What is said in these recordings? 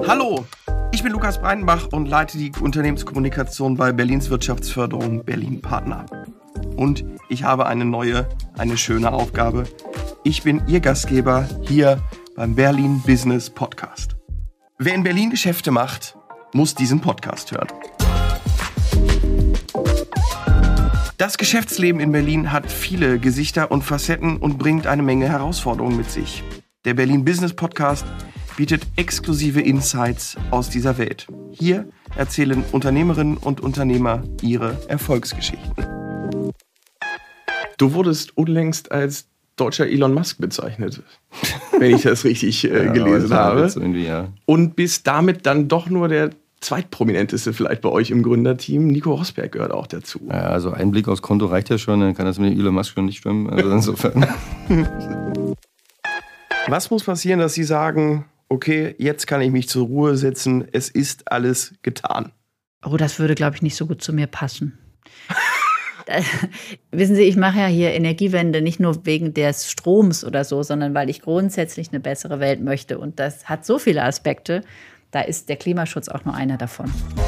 Hallo, ich bin Lukas Breidenbach und leite die Unternehmenskommunikation bei Berlins Wirtschaftsförderung Berlin Partner. Und ich habe eine schöne Aufgabe. Ich bin Ihr Gastgeber hier beim Berlin Business Podcast. Wer in Berlin Geschäfte macht, muss diesen Podcast hören. Das Geschäftsleben in Berlin hat viele Gesichter und Facetten und bringt eine Menge Herausforderungen mit sich. Der Berlin Business Podcast bietet exklusive Insights aus dieser Welt. Hier erzählen Unternehmerinnen und Unternehmer ihre Erfolgsgeschichten. Du wurdest unlängst als deutscher Elon Musk bezeichnet, wenn ich das richtig gelesen habe. Ja. Und bist damit dann doch nur der zweitprominenteste vielleicht bei euch im Gründerteam. Nico Rosberg gehört auch dazu. Ja, also ein Blick aufs Konto reicht ja schon, dann kann das mit Elon Musk schon nicht stimmen. Also insofern. Was muss passieren, dass Sie sagen, okay, jetzt kann ich mich zur Ruhe setzen, es ist alles getan? Oh, das würde, glaube ich, nicht so gut zu mir passen. Wissen Sie, ich mache ja hier Energiewende nicht nur wegen des Stroms oder so, sondern weil ich grundsätzlich eine bessere Welt möchte. Und das hat so viele Aspekte, da ist der Klimaschutz auch nur einer davon.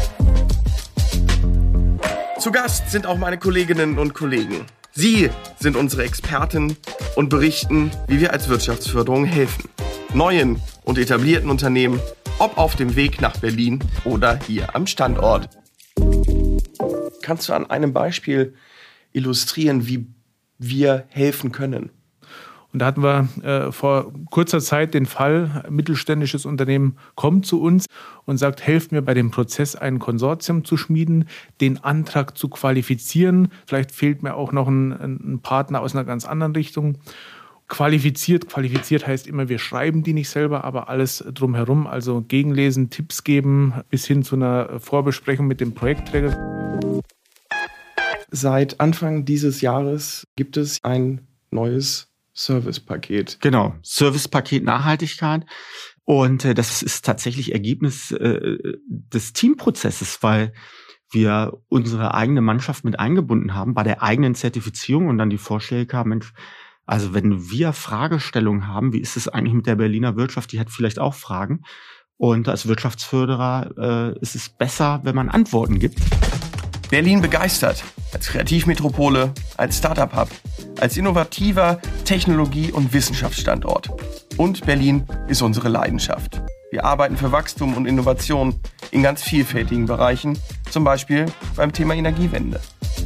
Zu Gast sind auch meine Kolleginnen und Kollegen. Sie sind unsere Experten und berichten, wie wir als Wirtschaftsförderung helfen. Neuen und etablierten Unternehmen, ob auf dem Weg nach Berlin oder hier am Standort. Kannst du an einem Beispiel illustrieren, wie wir helfen können? Und da hatten wir vor kurzer Zeit den Fall, ein mittelständisches Unternehmen kommt zu uns und sagt, helft mir bei dem Prozess, ein Konsortium zu schmieden, den Antrag zu qualifizieren. Vielleicht fehlt mir auch noch ein Partner aus einer ganz anderen Richtung. Qualifiziert heißt immer, wir schreiben die nicht selber, aber alles drumherum, also gegenlesen, Tipps geben, bis hin zu einer Vorbesprechung mit dem Projektträger. Seit Anfang dieses Jahres gibt es ein neues Servicepaket. Genau, Servicepaket Nachhaltigkeit. Und das ist tatsächlich Ergebnis des Teamprozesses, weil wir unsere eigene Mannschaft mit eingebunden haben bei der eigenen Zertifizierung und dann die Vorschläge kamen, Mensch, also wenn wir Fragestellungen haben, wie ist es eigentlich mit der Berliner Wirtschaft, die hat vielleicht auch Fragen. Und als Wirtschaftsförderer ist es besser, wenn man Antworten gibt. Berlin begeistert. Als Kreativmetropole, als Startup-Hub, als innovativer Technologie- und Wissenschaftsstandort. Und Berlin ist unsere Leidenschaft. Wir arbeiten für Wachstum und Innovation in ganz vielfältigen Bereichen, zum Beispiel beim Thema Energiewende.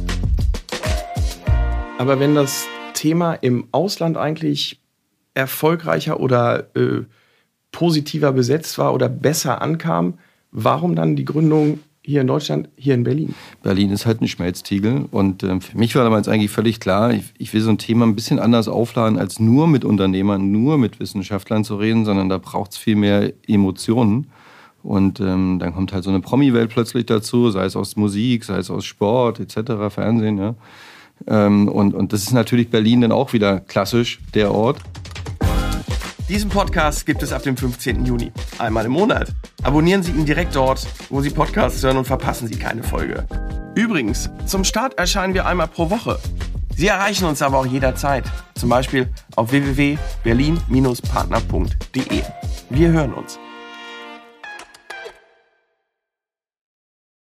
Aber wenn das Thema im Ausland eigentlich erfolgreicher oder positiver besetzt war oder besser ankam, warum dann die Gründung hier in Deutschland, hier in Berlin? Berlin ist halt ein Schmelztiegel und für mich war damals eigentlich völlig klar, ich will so ein Thema ein bisschen anders aufladen, als nur mit Unternehmern, nur mit Wissenschaftlern zu reden, sondern da braucht es viel mehr Emotionen. Und dann kommt halt so eine Promi-Welt plötzlich dazu, sei es aus Musik, sei es aus Sport etc., Fernsehen. Ja. Und das ist natürlich Berlin dann auch wieder klassisch, der Ort. Diesen Podcast gibt es ab dem 15. Juni, einmal im Monat. Abonnieren Sie ihn direkt dort, wo Sie Podcasts hören und verpassen Sie keine Folge. Übrigens, zum Start erscheinen wir einmal pro Woche. Sie erreichen uns aber auch jederzeit, zum Beispiel auf www.berlin-partner.de. Wir hören uns.